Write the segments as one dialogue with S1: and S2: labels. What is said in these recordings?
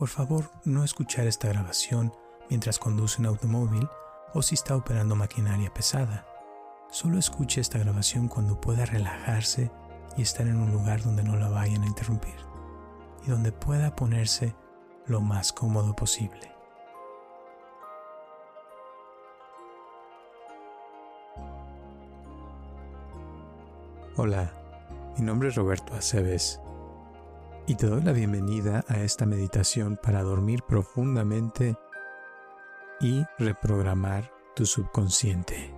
S1: por favor no escuchar esta grabación mientras conduce un automóvil o si está operando maquinaria pesada. Solo escuche esta grabación cuando pueda relajarse y estar en un lugar donde no la vayan a interrumpir y donde pueda ponerse lo más cómodo posible. Hola, mi nombre es Roberto Aceves y te doy la bienvenida a esta meditación para dormir profundamente y reprogramar tu subconsciente.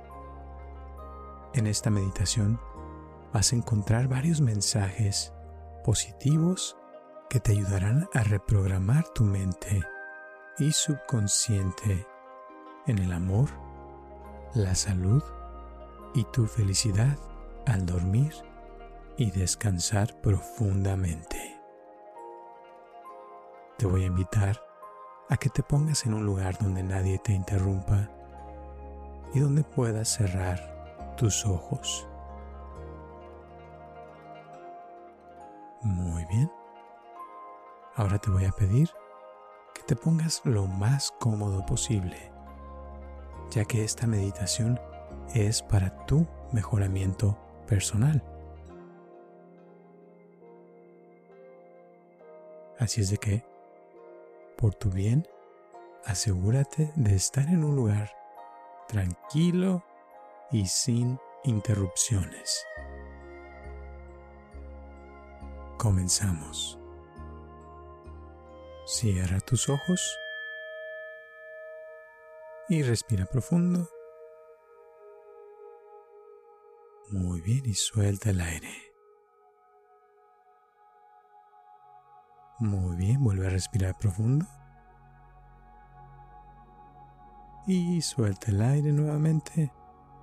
S1: En esta meditación vas a encontrar varios mensajes positivos que te ayudarán a reprogramar tu mente y subconsciente en el amor, la salud y tu felicidad al dormir y descansar profundamente. Te voy a invitar a que te pongas en un lugar donde nadie te interrumpa y donde puedas cerrar tus ojos. Muy bien. Ahora te voy a pedir que te pongas lo más cómodo posible, ya que esta meditación es para tu mejoramiento personal. Así es de que, por tu bien, asegúrate de estar en un lugar tranquilo y sin interrupciones. Comenzamos. Cierra tus ojos y respira profundo. Muy bien, y suelta el aire. Muy bien, vuelve a respirar profundo. Y suelta el aire nuevamente.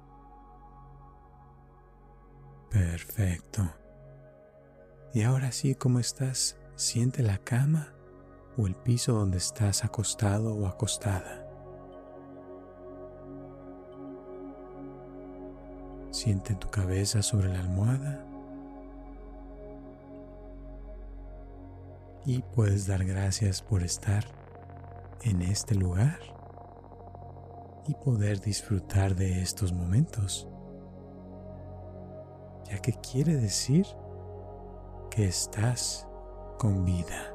S1: Perfecto. Y ahora sí, ¿cómo estás? Siente la cama o el piso donde estás acostado o acostada. Siente tu cabeza sobre la almohada y puedes dar gracias por estar en este lugar y poder disfrutar de estos momentos, ya que quiere decir que estás con vida.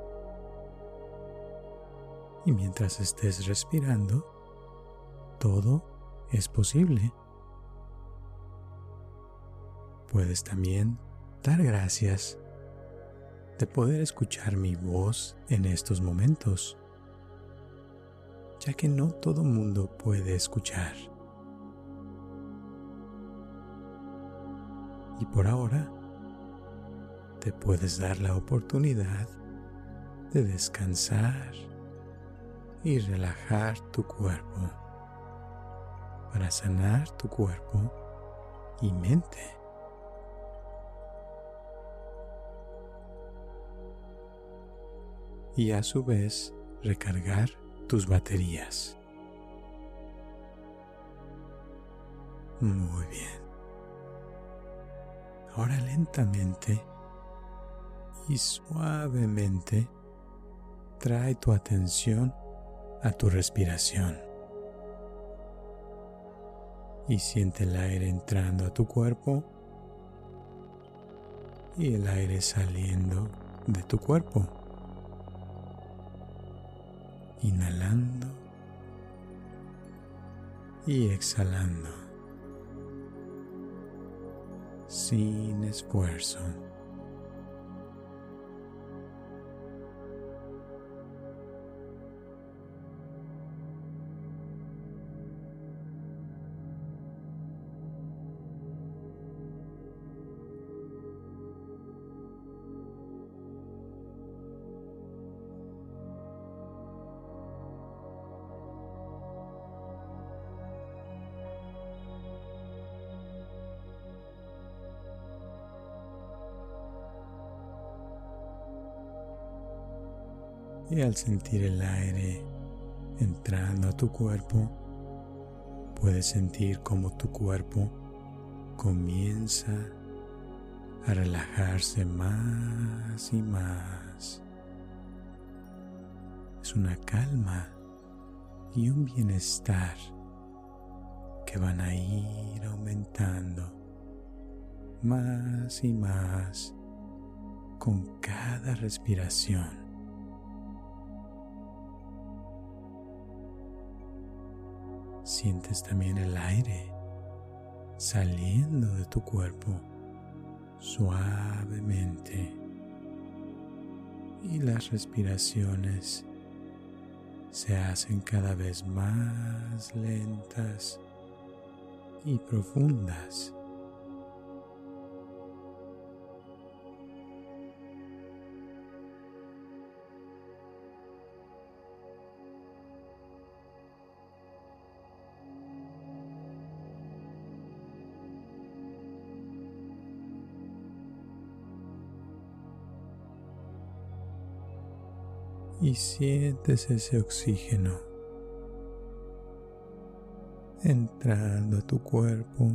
S1: Y mientras estés respirando, todo es posible. Puedes también dar gracias de poder escuchar mi voz en estos momentos, ya que no todo mundo puede escuchar. Y por ahora, te puedes dar la oportunidad de descansar y relajar tu cuerpo para sanar tu cuerpo y mente. Y a su vez recargar tus baterías. Muy bien. Ahora lentamente y suavemente trae tu atención a tu respiración y siente el aire entrando a tu cuerpo y el aire saliendo de tu cuerpo. Inhalando y exhalando sin esfuerzo. Y al sentir el aire entrando a tu cuerpo, puedes sentir cómo tu cuerpo comienza a relajarse más y más. es una calma y un bienestar que van a ir aumentando más y más con cada respiración. Sientes también el aire saliendo de tu cuerpo suavemente y las respiraciones se hacen cada vez más lentas y profundas. Y sientes ese oxígeno entrando a tu cuerpo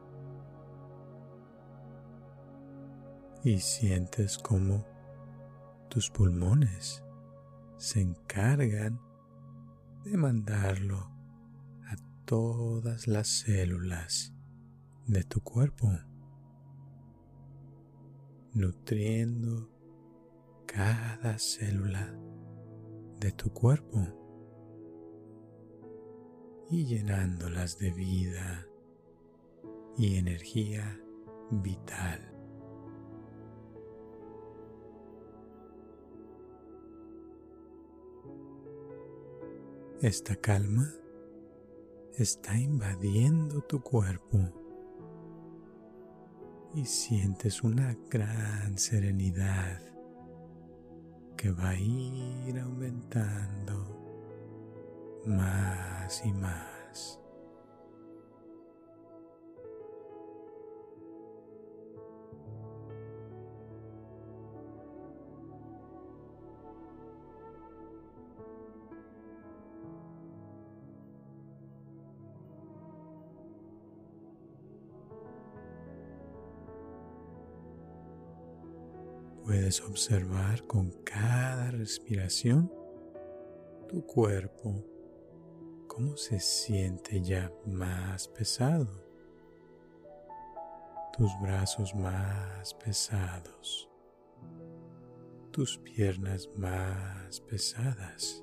S1: y sientes como tus pulmones se encargan de mandarlo a todas las células de tu cuerpo, nutriendo cada célula de tu cuerpo y llenándolas de vida y energía vital. Esta calma está invadiendo tu cuerpo y sientes una gran serenidad que va a ir aumentando más y más. Puedes observar con cada respiración tu cuerpo, cómo se siente ya más pesado, tus brazos más pesados, tus piernas más pesadas,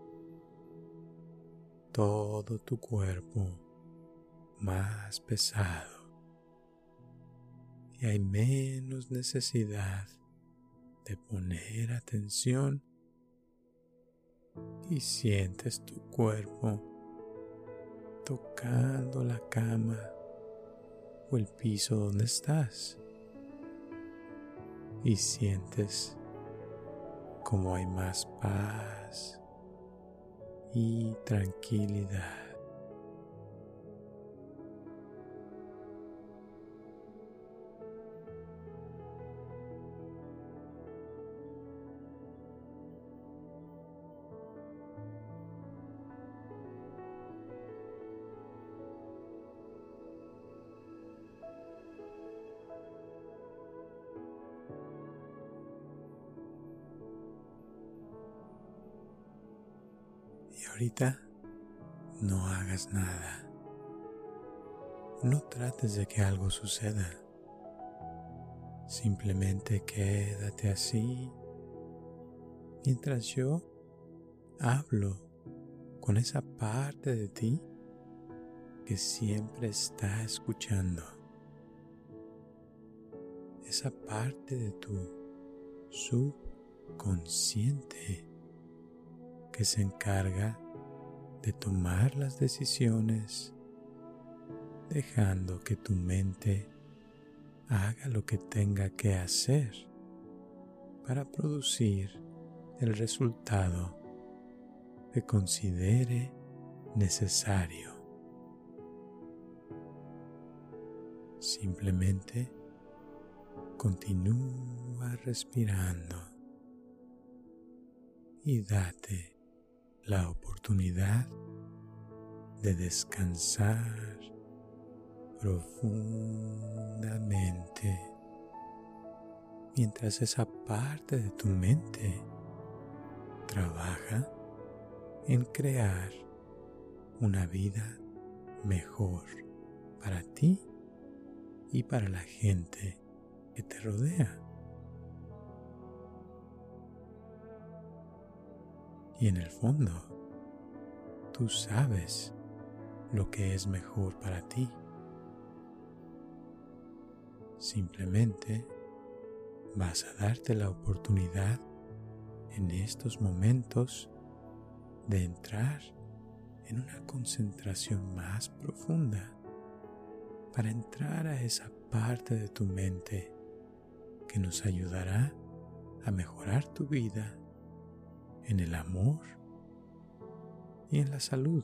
S1: todo tu cuerpo más pesado, y hay menos necesidad de poner atención y sientes tu cuerpo tocando la cama o el piso donde estás y sientes como hay más paz y tranquilidad. Y ahorita no hagas nada. No trates de que algo suceda. Simplemente quédate así mientras yo hablo con esa parte de ti que siempre está escuchando. Esa parte de tu subconsciente que se encarga de tomar las decisiones, dejando que tu mente haga lo que tenga que hacer para producir el resultado que considere necesario. Simplemente continúa respirando y date la oportunidad de descansar profundamente mientras esa parte de tu mente trabaja en crear una vida mejor para ti y para la gente que te rodea. Y en el fondo, tú sabes lo que es mejor para ti. Simplemente vas a darte la oportunidad en estos momentos de entrar en una concentración más profunda para entrar a esa parte de tu mente que nos ayudará a mejorar tu vida en el amor y en la salud.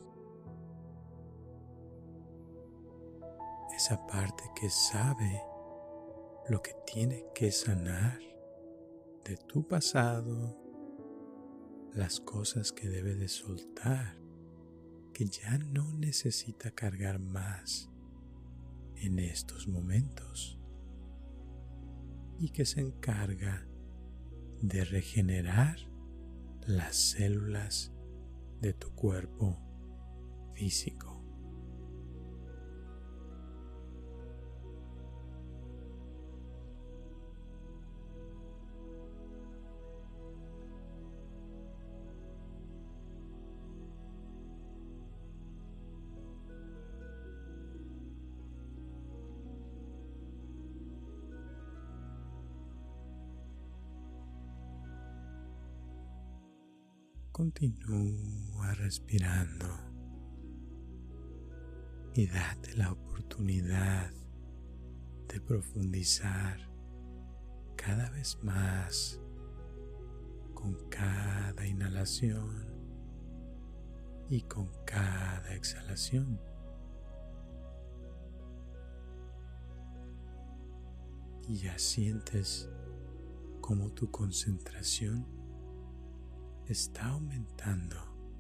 S1: Esa parte que sabe lo que tiene que sanar de tu pasado, las cosas que debe de soltar, que ya no necesita cargar más en estos momentos, y que se encarga de regenerar las células de tu cuerpo físico. Continúa respirando y date la oportunidad de profundizar cada vez más con cada inhalación y con cada exhalación. Y ya sientes cómo tu concentración está aumentando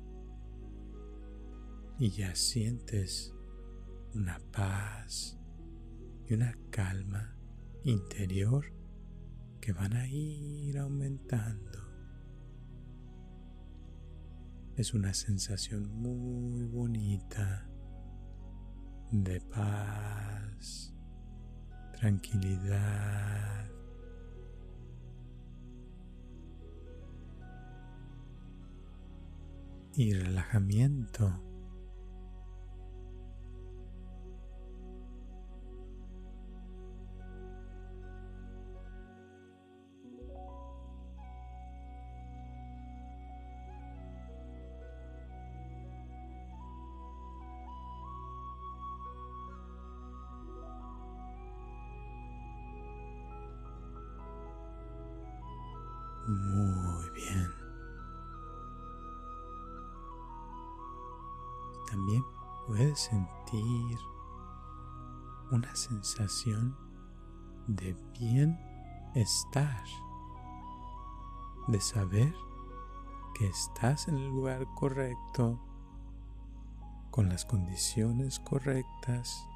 S1: y ya sientes una paz y una calma interior que van a ir aumentando. Es una sensación muy bonita de paz, tranquilidad y relajamiento. Muy bien. También puedes sentir una sensación de bienestar, de saber que estás en el lugar correcto, con las condiciones correctas,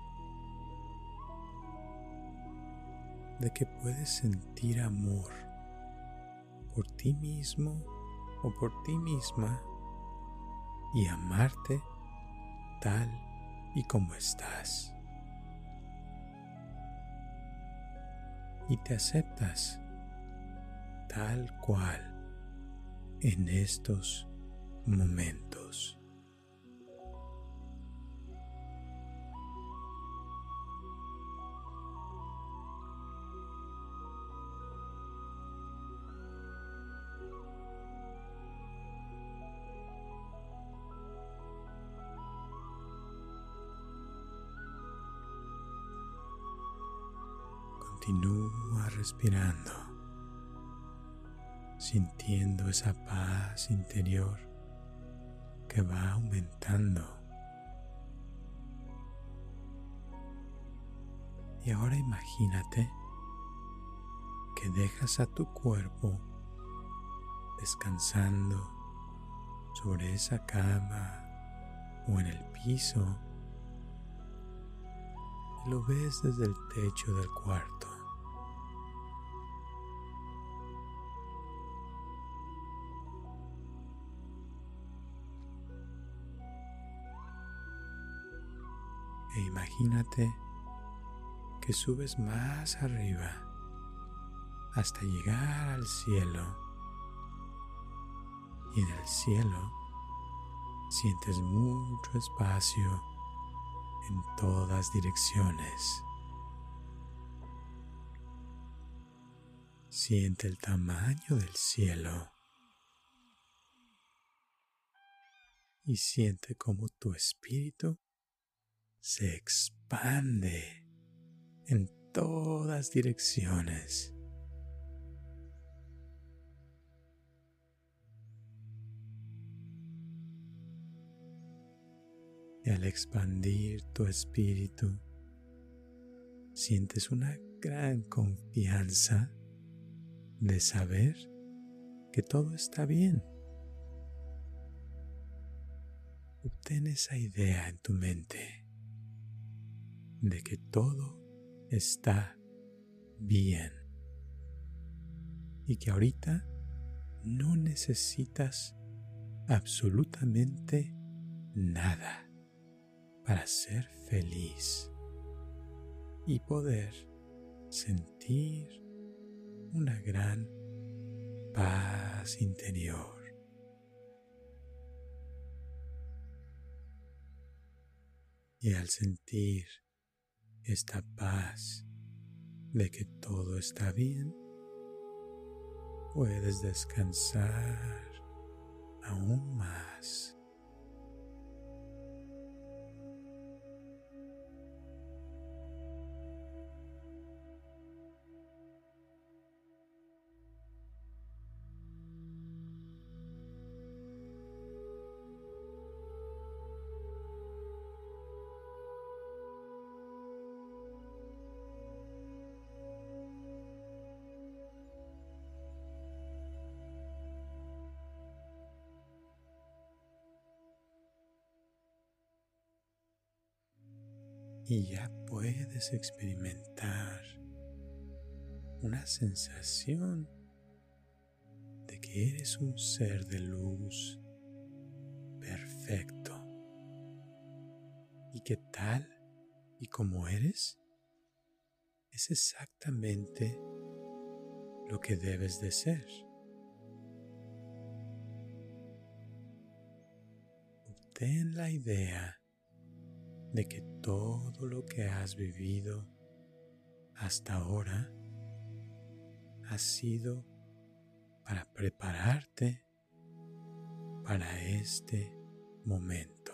S1: de que puedes sentir amor por ti mismo o por ti misma y amarte tal y como estás. Y te aceptas tal cual en estos momentos. Continúa respirando, sintiendo esa paz interior que va aumentando. Y ahora imagínate que dejas a tu cuerpo descansando sobre esa cama o en el piso. Y lo ves desde el techo del cuarto. e imagínate que subes más arriba hasta llegar al cielo, y en el cielo sientes mucho espacio en todas direcciones. Siente el tamaño del cielo y siente cómo tu espíritu se expande en todas direcciones. Y al expandir tu espíritu, sientes una gran confianza de saber que todo está bien. Obtén esa idea en tu mente de que todo está bien y que ahorita no necesitas absolutamente nada para ser feliz y poder sentir una gran paz interior. Y al sentir esta paz de que todo está bien, puedes descansar aún más. Y ya puedes experimentar una sensación de que eres un ser de luz perfecto y que tal y como eres es exactamente lo que debes de ser. Obtén la idea de que todo lo que has vivido hasta ahora ha sido para prepararte para este momento.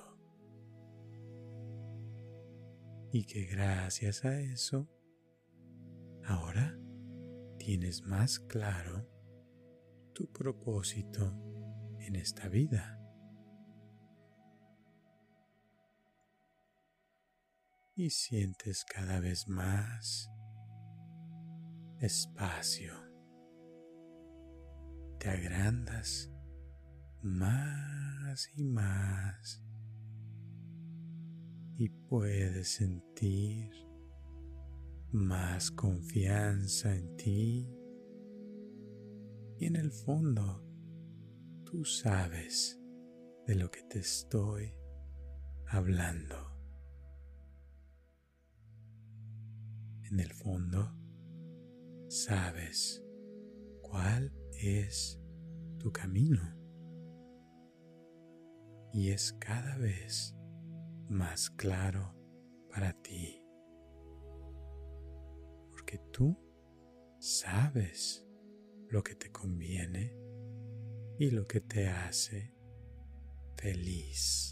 S1: Y que gracias a eso, ahora tienes más claro tu propósito en esta vida. Y sientes cada vez más espacio. Te agrandas más y más y puedes sentir más confianza en ti y en el fondo tú sabes de lo que te estoy hablando. En el fondo sabes cuál es tu camino y es cada vez más claro para ti, porque tú sabes lo que te conviene y lo que te hace feliz.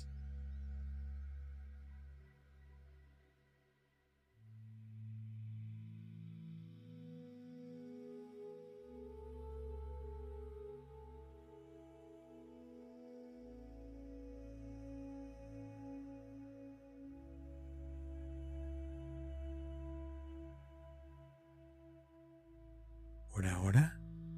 S1: Por ahora,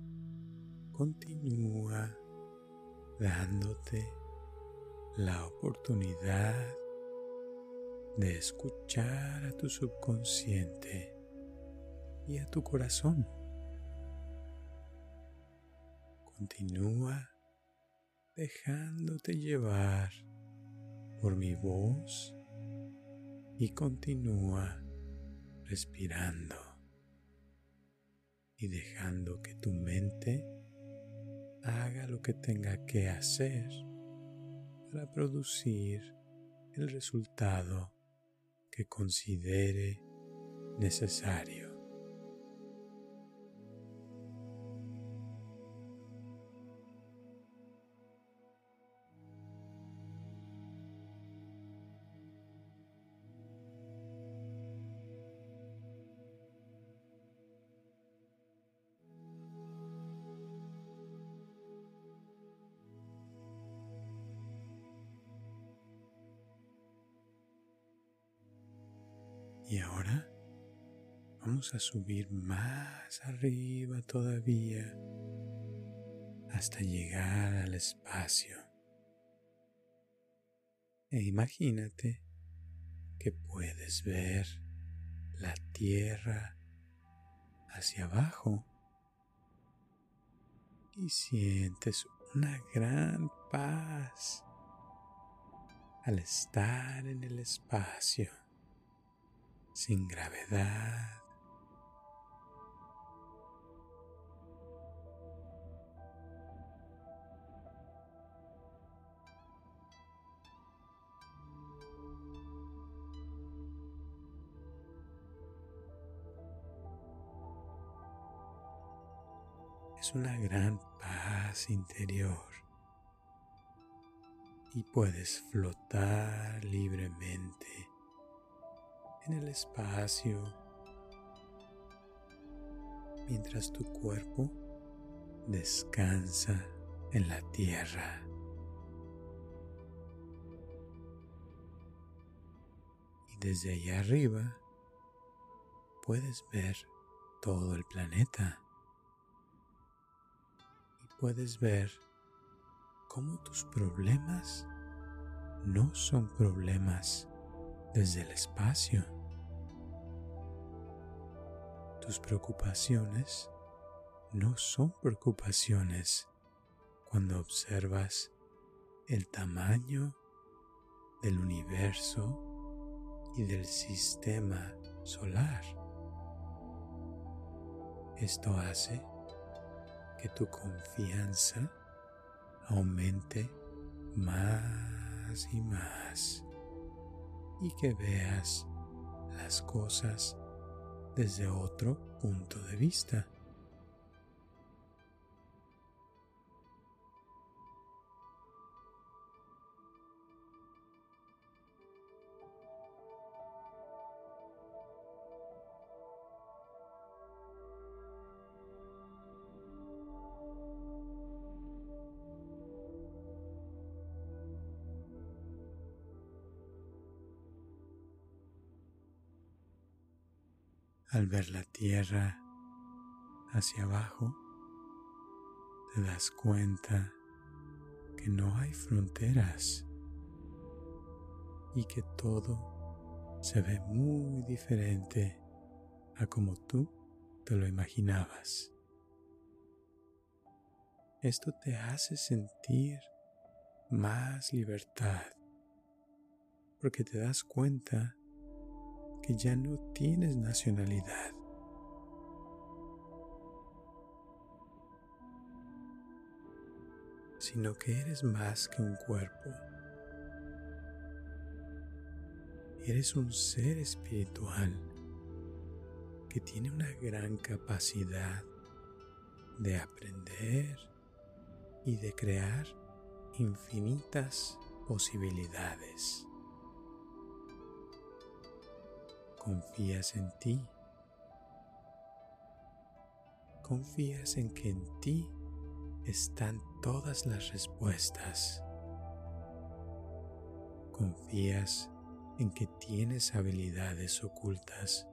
S1: continúa dándote la oportunidad de escuchar a tu subconsciente y a tu corazón. Continúa dejándote llevar por mi voz y continúa respirando y dejando que tu mente haga lo que tenga que hacer para producir el resultado que considere necesario. Y ahora vamos a subir más arriba todavía hasta llegar al espacio. E imagínate que puedes ver la Tierra hacia abajo y sientes una gran paz al estar en el espacio, sin gravedad. Es una gran paz interior y puedes flotar libremente en el espacio mientras tu cuerpo descansa en la tierra. Y desde allá arriba puedes ver todo el planeta y puedes ver cómo tus problemas no son problemas desde el espacio. Tus preocupaciones no son preocupaciones cuando observas el tamaño del universo y del sistema solar. Esto hace que tu confianza aumente más y más y que veas las cosas desde otro punto de vista. Al ver la tierra hacia abajo, te das cuenta que no hay fronteras y que todo se ve muy diferente a como tú te lo imaginabas. Esto te hace sentir más libertad porque te das cuenta que ya no tienes nacionalidad. Sino que eres más que un cuerpo. Eres un ser espiritual que tiene una gran capacidad de aprender y de crear infinitas posibilidades. Confías en ti. Confías en que en ti están todas las respuestas. Confías en que tienes habilidades ocultas.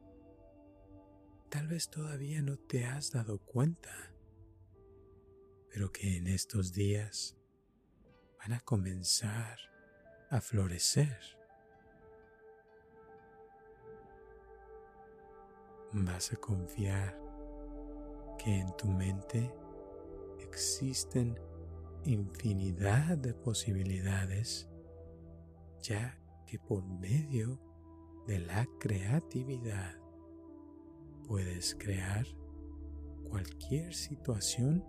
S1: Tal vez todavía no te has dado cuenta, pero que en estos días van a comenzar a florecer. Vas a confiar que en tu mente existen infinidad de posibilidades, ya que por medio de la creatividad, puedes crear cualquier situación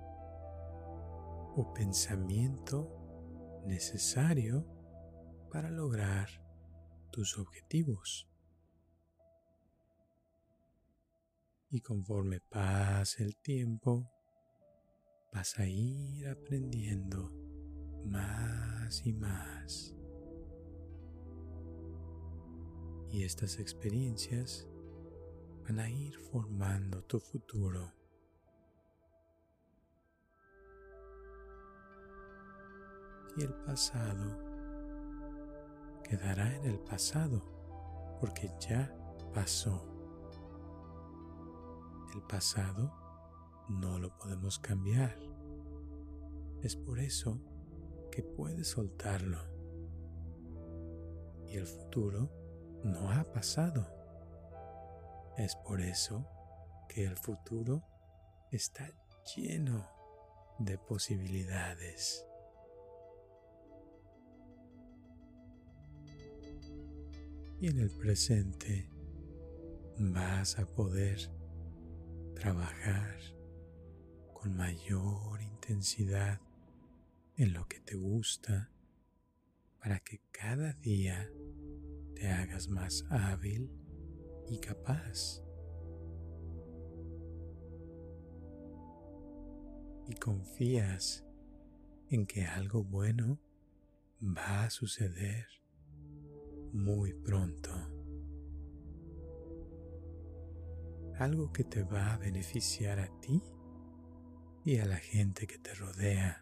S1: o pensamiento necesario para lograr tus objetivos. Y conforme pase el tiempo, vas a ir aprendiendo más y más. Y estas experiencias van a ir formando tu futuro. Y el pasado quedará en el pasado porque ya pasó. El pasado no lo podemos cambiar. Es por eso que puedes soltarlo. Y el futuro no ha pasado. Es por eso que el futuro está lleno de posibilidades. Y en el presente vas a poder trabajar con mayor intensidad en lo que te gusta para que cada día te hagas más hábil y capaz. Y confías en que algo bueno va a suceder muy pronto. Algo que te va a beneficiar a ti y a la gente que te rodea.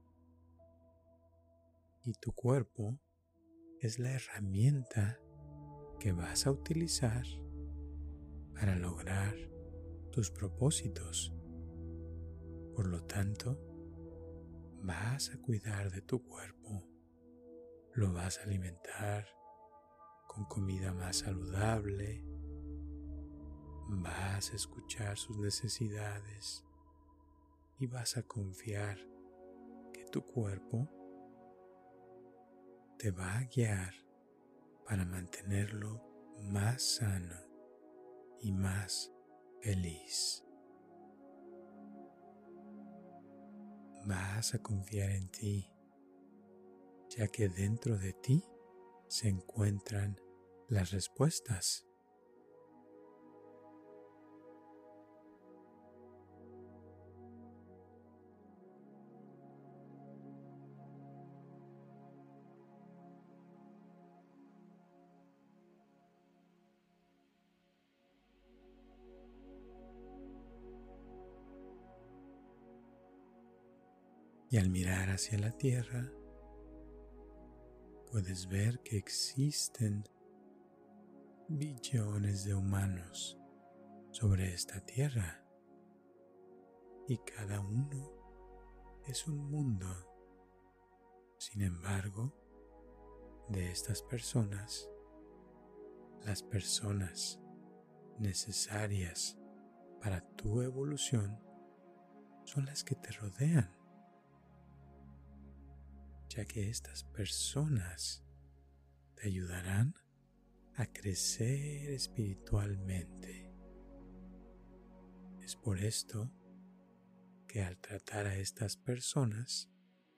S1: Y tu cuerpo es la herramienta que vas a utilizar para lograr tus propósitos. Por lo tanto, vas a cuidar de tu cuerpo, lo vas a alimentar con comida más saludable, vas a escuchar sus necesidades y vas a confiar que tu cuerpo te va a guiar para mantenerlo más sano y más feliz. Vas a confiar en ti, ya que dentro de ti se encuentran las respuestas. Y al mirar hacia la tierra, puedes ver que existen billones de humanos sobre esta tierra y cada uno es un mundo. Sin embargo, de estas personas, las personas necesarias para tu evolución son las que te rodean, ya que estas personas te ayudarán a crecer espiritualmente. Es por esto que al tratar a estas personas,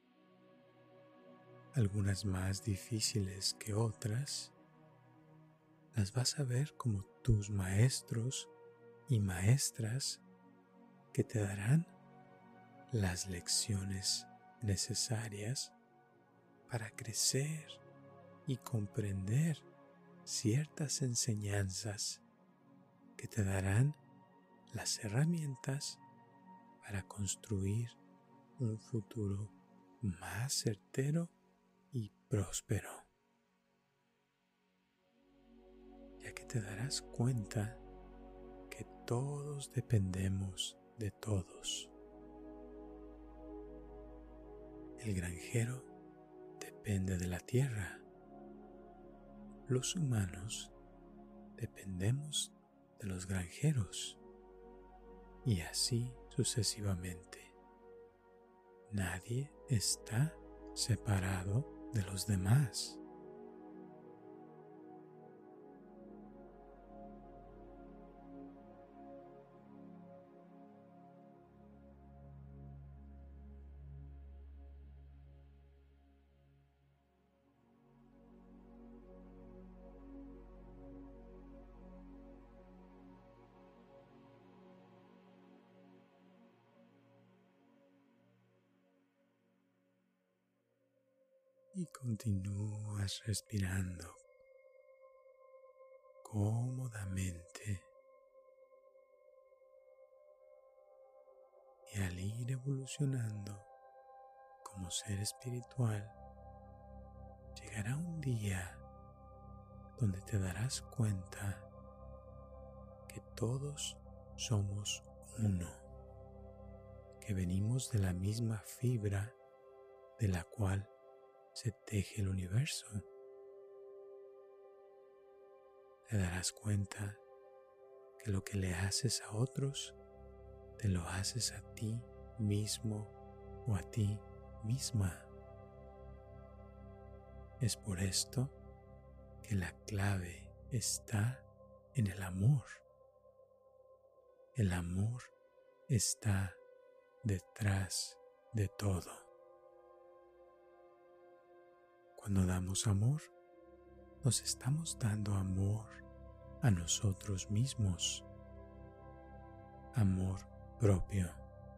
S1: algunas más difíciles que otras, las vas a ver como tus maestros y maestras que te darán las lecciones necesarias para crecer y comprender ciertas enseñanzas que te darán las herramientas para construir un futuro más certero y próspero, ya que te darás cuenta que todos dependemos de todos. El granjero depende de la tierra. Los humanos dependemos de los granjeros y así sucesivamente. Nadie está separado de los demás. y continúas respirando cómodamente. Y al ir evolucionando como ser espiritual, llegará un día donde te darás cuenta que todos somos uno, que venimos de la misma fibra de la cual se teje el universo. Te darás cuenta que lo que le haces a otros, te lo haces a ti mismo o a ti misma. Es por esto que la clave está en el amor. El amor está detrás de todo. Cuando damos amor, nos estamos dando amor a nosotros mismos, amor propio.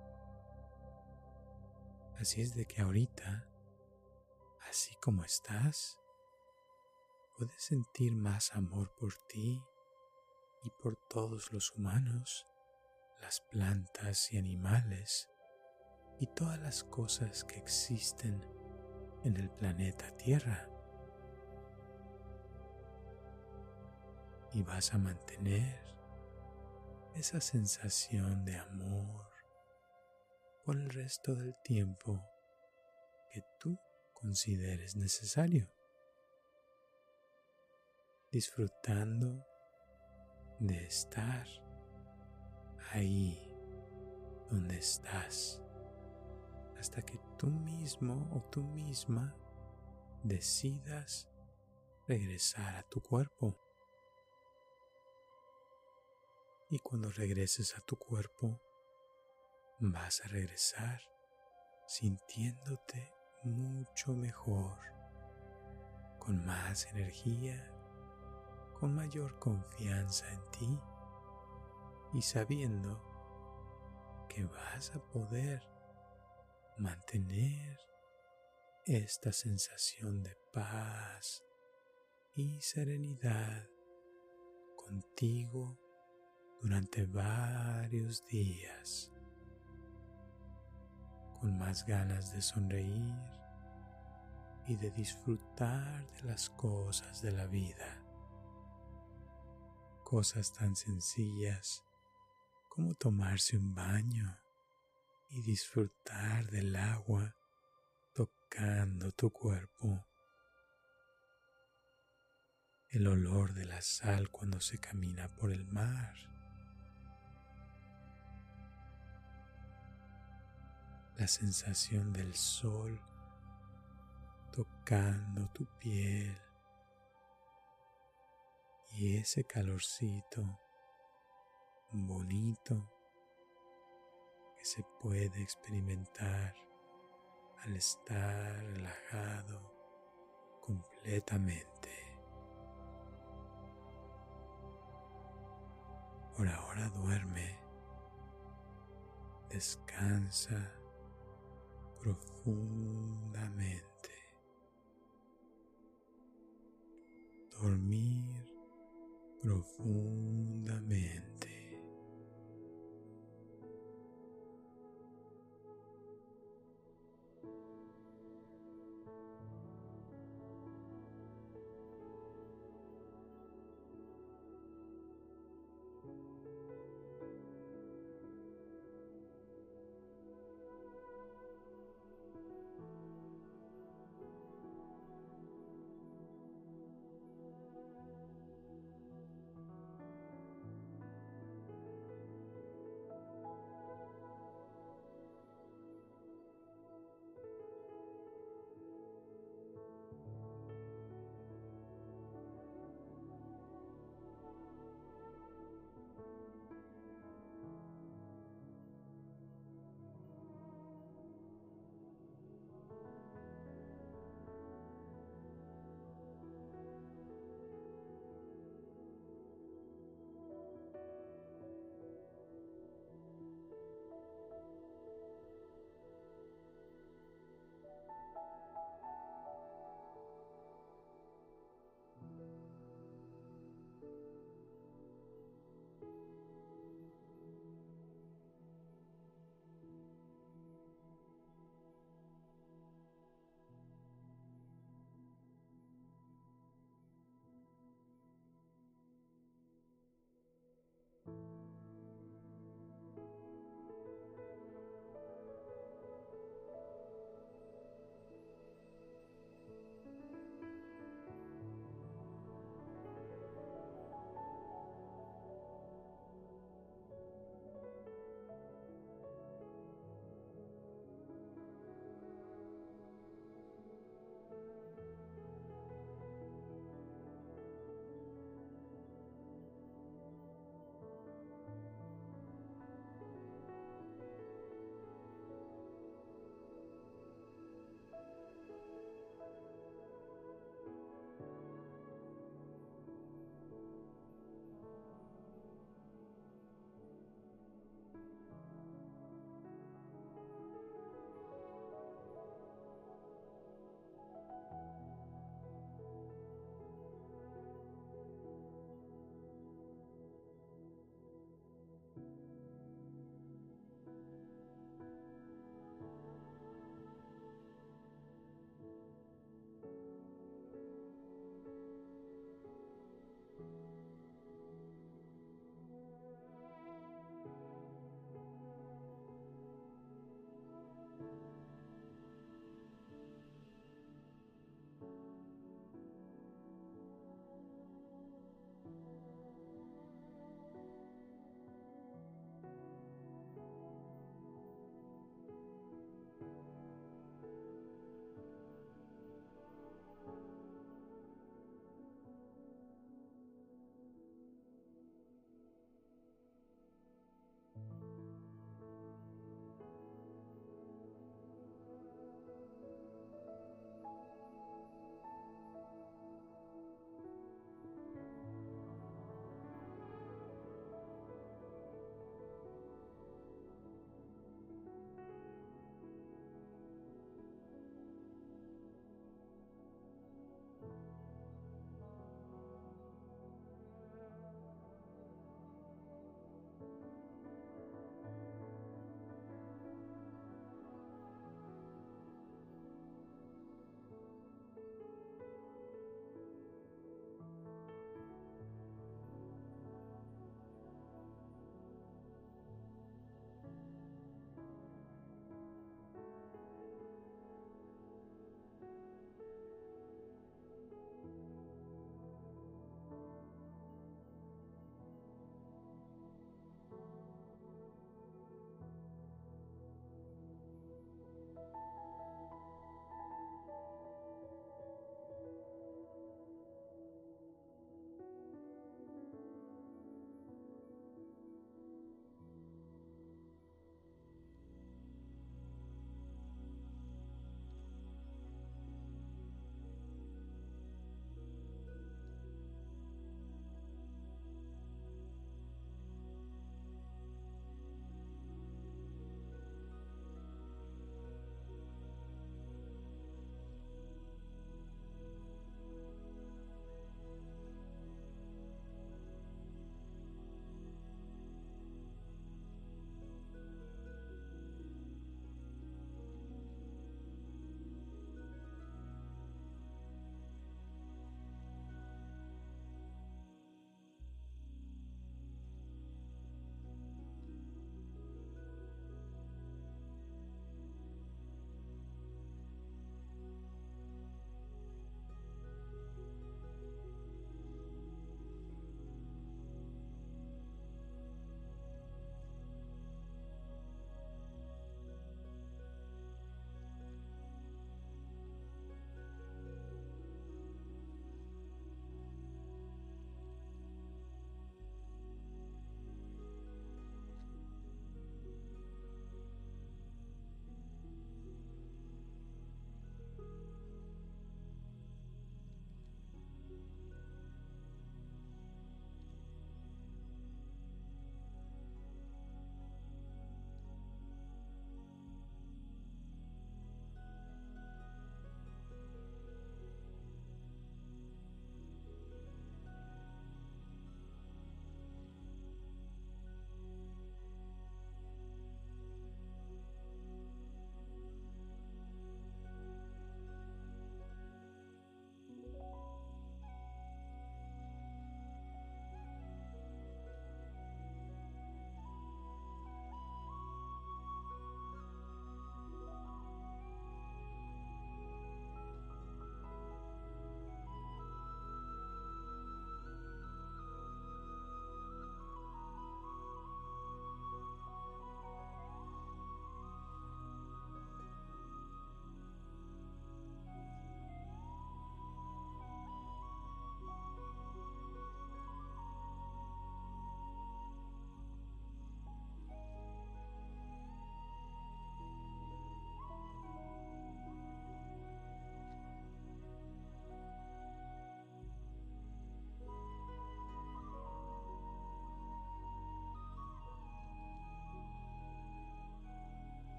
S1: Así es de que ahorita, así como estás, puedes sentir más amor por ti y por todos los humanos, las plantas y animales y todas las cosas que existen en el planeta Tierra. Y vas a mantener esa sensación de amor por el resto del tiempo que tú consideres necesario, disfrutando de estar ahí donde estás, hasta que tú mismo o tú misma decidas regresar a tu cuerpo. Y cuando regreses a tu cuerpo, vas a regresar sintiéndote mucho mejor, con más energía, con mayor confianza en ti y sabiendo que vas a poder mantener esta sensación de paz y serenidad contigo durante varios días, con más ganas de sonreír y de disfrutar de las cosas de la vida. Cosas tan sencillas como tomarse un baño y disfrutar del agua tocando tu cuerpo. El olor de la sal cuando se camina por el mar. La sensación del sol tocando tu piel. Y ese calorcito bonito que se puede experimentar al estar relajado completamente. Por ahora duerme, descansa profundamente. Dormir profundamente